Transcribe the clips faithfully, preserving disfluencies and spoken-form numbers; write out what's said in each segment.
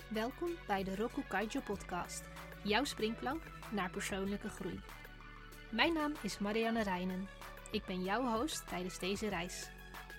Welkom bij de Roku Kaijo podcast, jouw springplank naar persoonlijke groei. Mijn naam is Marianne Reijnen. Ik ben jouw host tijdens deze reis.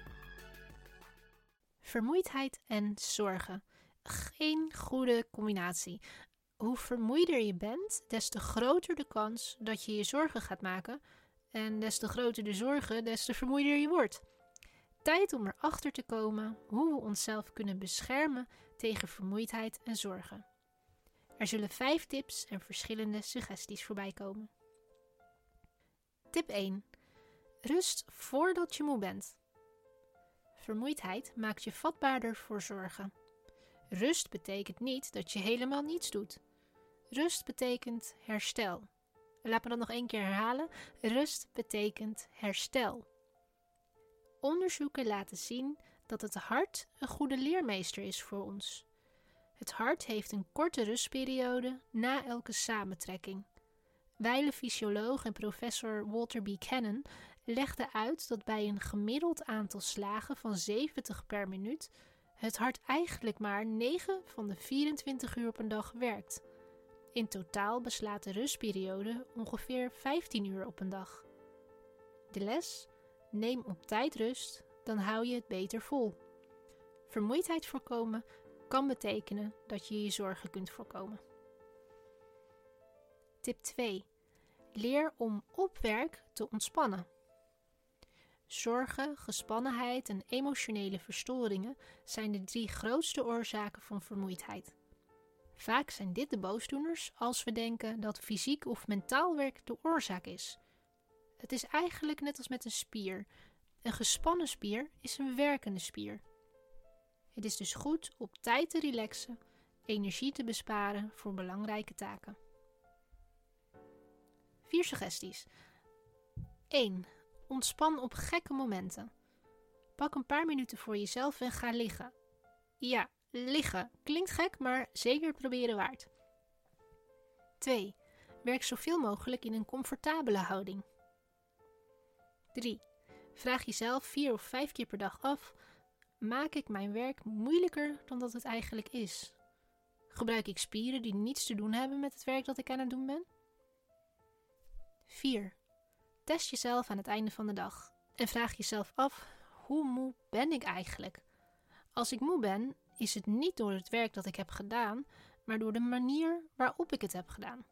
Vermoeidheid en zorgen. Geen goede combinatie. Hoe vermoeider je bent, des te groter de kans dat je je zorgen gaat maken. En des te groter de zorgen, des te vermoeider je wordt. Tijd om erachter te komen hoe we onszelf kunnen beschermen tegen vermoeidheid en zorgen. Er zullen vijf tips en verschillende suggesties voorbij komen. Tip één. Rust voordat je moe bent. Vermoeidheid maakt je vatbaarder voor zorgen. Rust betekent niet dat je helemaal niets doet. Rust betekent herstel. Laat me dat nog één keer herhalen. Rust betekent herstel. Onderzoeken laten zien dat het hart een goede leermeester is voor ons. Het hart heeft een korte rustperiode na elke samentrekking. Wijlenfysioloog en professor Walter Buchanan legde uit dat bij een gemiddeld aantal slagen van zeventig per minuut het hart eigenlijk maar negen van de vierentwintig uur op een dag werkt. In totaal beslaat de rustperiode ongeveer vijftien uur op een dag. De les? Neem op tijd rust, dan hou je het beter vol. Vermoeidheid voorkomen kan betekenen dat je je zorgen kunt voorkomen. Tip twee. Leer om op werk te ontspannen. Zorgen, gespannenheid en emotionele verstoringen zijn de drie grootste oorzaken van vermoeidheid. Vaak zijn dit de boosdoeners als we denken dat fysiek of mentaal werk de oorzaak is. Het is eigenlijk net als met een spier. Een gespannen spier is een werkende spier. Het is dus goed op tijd te relaxen, energie te besparen voor belangrijke taken. Vier suggesties. één. Ontspan op gekke momenten. Pak een paar minuten voor jezelf en ga liggen. Ja, liggen. Klinkt gek, maar zeker proberen waard. twee. Werk zoveel mogelijk in een comfortabele houding. drie. Vraag jezelf vier of vijf keer per dag af: maak ik mijn werk moeilijker dan dat het eigenlijk is? Gebruik ik spieren die niets te doen hebben met het werk dat ik aan het doen ben? vier. Test jezelf aan het einde van de dag en vraag jezelf af: hoe moe ben ik eigenlijk? Als ik moe ben, is het niet door het werk dat ik heb gedaan, maar door de manier waarop ik het heb gedaan.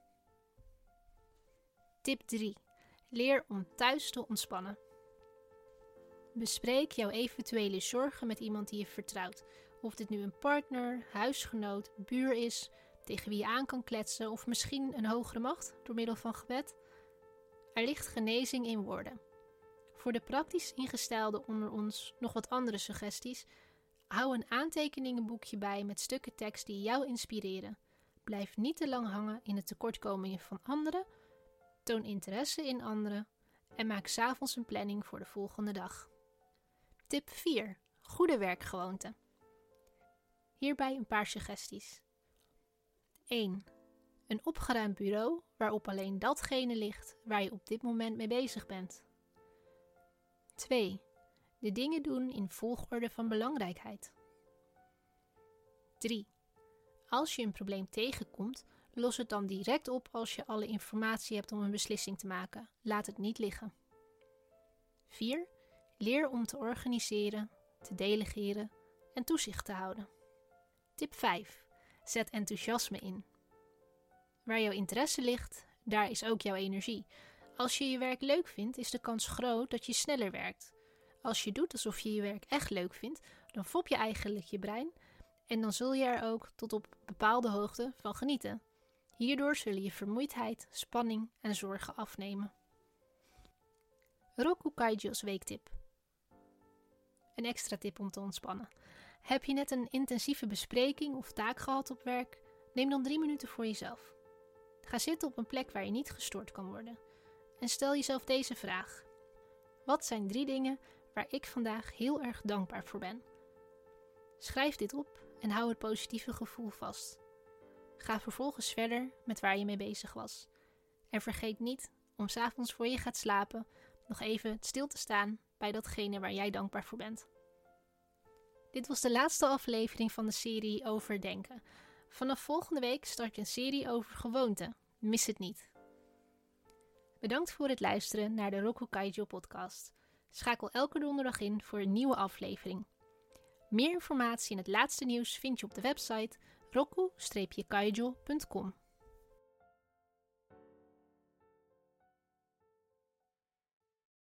Tip drie. Leer om thuis te ontspannen. Bespreek jouw eventuele zorgen met iemand die je vertrouwt. Of dit nu een partner, huisgenoot, buur is, tegen wie je aan kan kletsen of misschien een hogere macht door middel van gebed. Er ligt genezing in woorden. Voor de praktisch ingestelden onder ons nog wat andere suggesties. Hou een aantekeningenboekje bij met stukken tekst die jou inspireren. Blijf niet te lang hangen in de tekortkomingen van anderen. Toon interesse in anderen en maak 's avonds een planning voor de volgende dag. Tip vier. Goede werkgewoonten. Hierbij een paar suggesties. één. Een opgeruimd bureau waarop alleen datgene ligt waar je op dit moment mee bezig bent. twee. De dingen doen in volgorde van belangrijkheid. drie. Als je een probleem tegenkomt, los het dan direct op als je alle informatie hebt om een beslissing te maken. Laat het niet liggen. vier. Leer om te organiseren, te delegeren en toezicht te houden. Tip vijf. Zet enthousiasme in. Waar jouw interesse ligt, daar is ook jouw energie. Als je je werk leuk vindt, is de kans groot dat je sneller werkt. Als je doet alsof je je werk echt leuk vindt, dan fop je eigenlijk je brein en dan zul je er ook tot op bepaalde hoogte van genieten. Hierdoor zullen je vermoeidheid, spanning en zorgen afnemen. Roku Kaijo's weektip. Een extra tip om te ontspannen. Heb je net een intensieve bespreking of taak gehad op werk? Neem dan drie minuten voor jezelf. Ga zitten op een plek waar je niet gestoord kan worden. En stel jezelf deze vraag. Wat zijn drie dingen waar ik vandaag heel erg dankbaar voor ben? Schrijf dit op en hou het positieve gevoel vast. Ga vervolgens verder met waar je mee bezig was. En vergeet niet om 's avonds voor je gaat slapen nog even stil te staan bij datgene waar jij dankbaar voor bent. Dit was de laatste aflevering van de serie over denken. Vanaf volgende week start een serie over gewoonten. Mis het niet. Bedankt voor het luisteren naar de Roku Kaijo podcast. Schakel elke donderdag in voor een nieuwe aflevering. Meer informatie en het laatste nieuws vind je op de website roku dash kaijo punt com.